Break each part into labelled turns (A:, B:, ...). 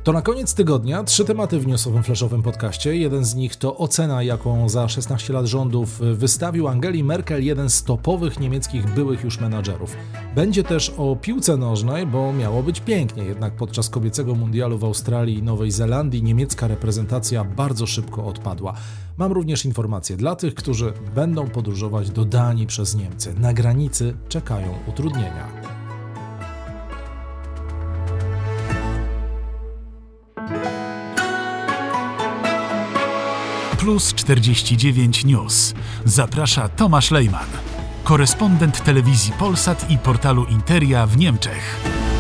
A: To na koniec tygodnia 3 tematy w newsowym flashowym podcaście. Jeden z nich to ocena, jaką za 16 lat rządów wystawił Angeli Merkel, jeden z topowych niemieckich byłych już menadżerów. Będzie też o piłce nożnej, bo miało być pięknie, jednak podczas kobiecego mundialu w Australii i Nowej Zelandii niemiecka reprezentacja bardzo szybko odpadła. Mam również informacje dla tych, którzy będą podróżować do Danii przez Niemcy. Na granicy czekają utrudnienia.
B: Plus 49 News. Zaprasza Tomasz Lejman, korespondent telewizji Polsat i portalu Interia w Niemczech.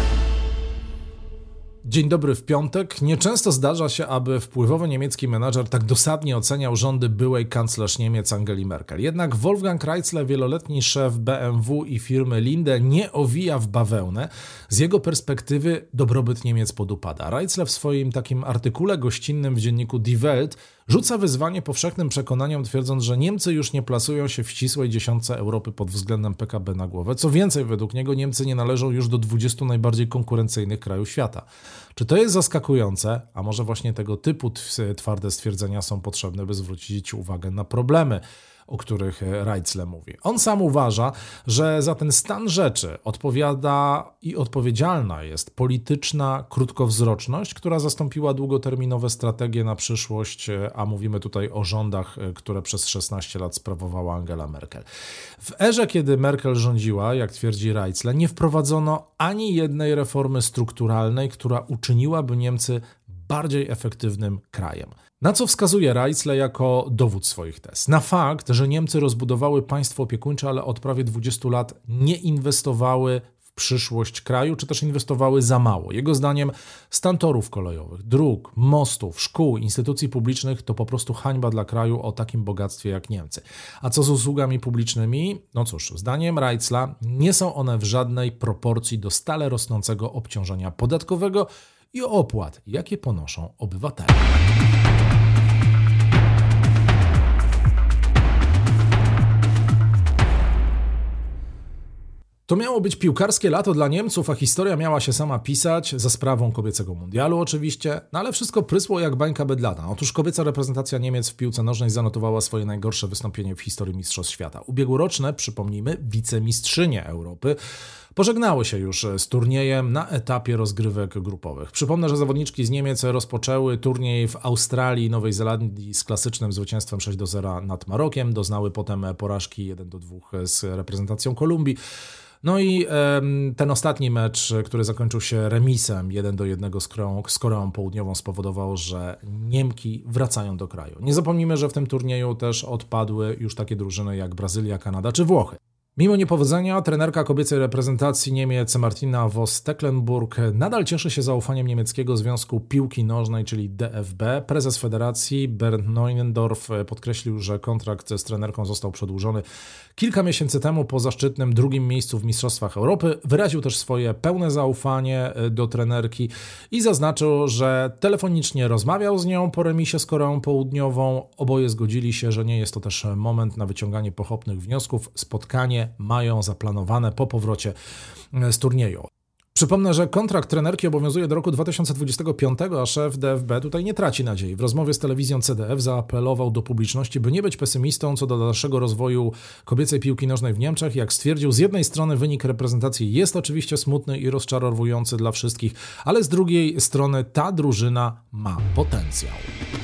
A: Dzień dobry w piątek. Nieczęsto zdarza się, aby wpływowy niemiecki menadżer tak dosadnie oceniał rządy byłej kanclerz Niemiec Angeli Merkel. Jednak Wolfgang Reitzle, wieloletni szef BMW i firmy Linde, nie owija w bawełnę. Z jego perspektywy dobrobyt Niemiec podupada. Reitzle w swoim takim artykule gościnnym w dzienniku Die Welt rzuca wyzwanie powszechnym przekonaniom, twierdząc, że Niemcy już nie plasują się w ścisłej dziesiątce Europy pod względem PKB na głowę. Co więcej, według niego Niemcy nie należą już do 20 najbardziej konkurencyjnych krajów świata. Czy to jest zaskakujące? A może właśnie tego typu twarde stwierdzenia są potrzebne, by zwrócić uwagę na problemy, o których Reitzle mówi. On sam uważa, że za ten stan rzeczy odpowiada i odpowiedzialna jest polityczna krótkowzroczność, która zastąpiła długoterminowe strategie na przyszłość, a mówimy tutaj o rządach, które przez 16 lat sprawowała Angela Merkel. W erze, kiedy Merkel rządziła, jak twierdzi Reitzle, nie wprowadzono ani jednej reformy strukturalnej, która uczyniłaby Niemcy bardziej efektywnym krajem. Na co wskazuje Reitzle jako dowód swoich tez? Na fakt, że Niemcy rozbudowały państwo opiekuńcze, ale od prawie 20 lat nie inwestowały w przyszłość kraju, czy też inwestowały za mało. Jego zdaniem stan torów kolejowych, dróg, mostów, szkół, instytucji publicznych to po prostu hańba dla kraju o takim bogactwie jak Niemcy. A co z usługami publicznymi? No cóż, zdaniem Reitzla nie są one w żadnej proporcji do stale rosnącego obciążenia podatkowego i opłat, jakie ponoszą obywatele. To miało być piłkarskie lato dla Niemców, a historia miała się sama pisać, za sprawą kobiecego mundialu oczywiście, no ale wszystko prysło jak bańka bydlana. Otóż kobieca reprezentacja Niemiec w piłce nożnej zanotowała swoje najgorsze wystąpienie w historii Mistrzostw Świata. Ubiegłoroczne, przypomnijmy, wicemistrzynie Europy pożegnały się już z turniejem na etapie rozgrywek grupowych. Przypomnę, że zawodniczki z Niemiec rozpoczęły turniej w Australii i Nowej Zelandii z klasycznym zwycięstwem 6-0 nad Marokiem. Doznały potem porażki 1-2 z reprezentacją Kolumbii. No i ten ostatni mecz, który zakończył się remisem 1-1 z Koreą Południową, spowodował, że Niemki wracają do kraju. Nie zapomnijmy, że w tym turnieju też odpadły już takie drużyny jak Brazylia, Kanada czy Włochy. Mimo niepowodzenia trenerka kobiecej reprezentacji Niemiec Martina Voss-Tecklenburg nadal cieszy się zaufaniem niemieckiego Związku Piłki Nożnej, czyli DFB. Prezes federacji Bernd Neuendorf podkreślił, że kontrakt z trenerką został przedłużony kilka miesięcy temu po zaszczytnym drugim miejscu w Mistrzostwach Europy. Wyraził też swoje pełne zaufanie do trenerki i zaznaczył, że telefonicznie rozmawiał z nią po remisie z Koreą Południową. Oboje zgodzili się, że nie jest to też moment na wyciąganie pochopnych wniosków. Spotkanie mają zaplanowane po powrocie z turnieju. Przypomnę, że kontrakt trenerki obowiązuje do roku 2025, a szef DFB tutaj nie traci nadziei. W rozmowie z telewizją CDF zaapelował do publiczności, by nie być pesymistą co do dalszego rozwoju kobiecej piłki nożnej w Niemczech. Jak stwierdził, z jednej strony wynik reprezentacji jest oczywiście smutny i rozczarowujący dla wszystkich, ale z drugiej strony ta drużyna ma potencjał.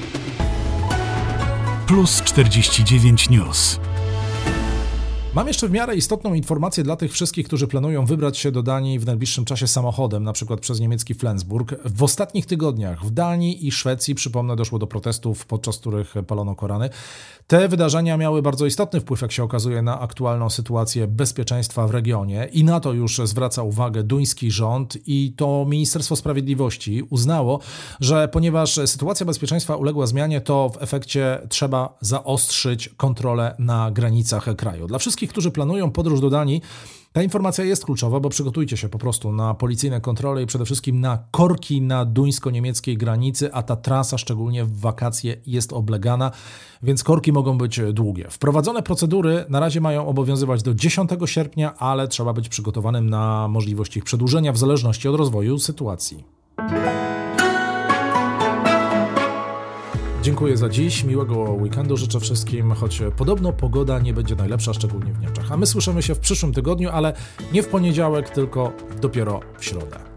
B: Plus 49 News.
A: Mam jeszcze w miarę istotną informację dla tych wszystkich, którzy planują wybrać się do Danii w najbliższym czasie samochodem, na przykład przez niemiecki Flensburg. W ostatnich tygodniach w Danii i Szwecji, przypomnę, doszło do protestów, podczas których palono Korany. Te wydarzenia miały bardzo istotny wpływ, jak się okazuje, na aktualną sytuację bezpieczeństwa w regionie i na to już zwraca uwagę duński rząd i to Ministerstwo Sprawiedliwości uznało, że ponieważ sytuacja bezpieczeństwa uległa zmianie, to w efekcie trzeba zaostrzyć kontrolę na granicach kraju. Dla wszystkich, którzy planują podróż do Danii, ta informacja jest kluczowa, bo przygotujcie się po prostu na policyjne kontrole i przede wszystkim na korki na duńsko-niemieckiej granicy, a ta trasa szczególnie w wakacje jest oblegana, więc korki mogą być długie. Wprowadzone procedury na razie mają obowiązywać do 10 sierpnia, ale trzeba być przygotowanym na możliwość ich przedłużenia w zależności od rozwoju sytuacji. dziękuję za dziś, miłego weekendu życzę wszystkim, choć podobno pogoda nie będzie najlepsza, szczególnie w Niemczech. A my słyszymy się w przyszłym tygodniu, ale nie w poniedziałek, tylko dopiero w środę.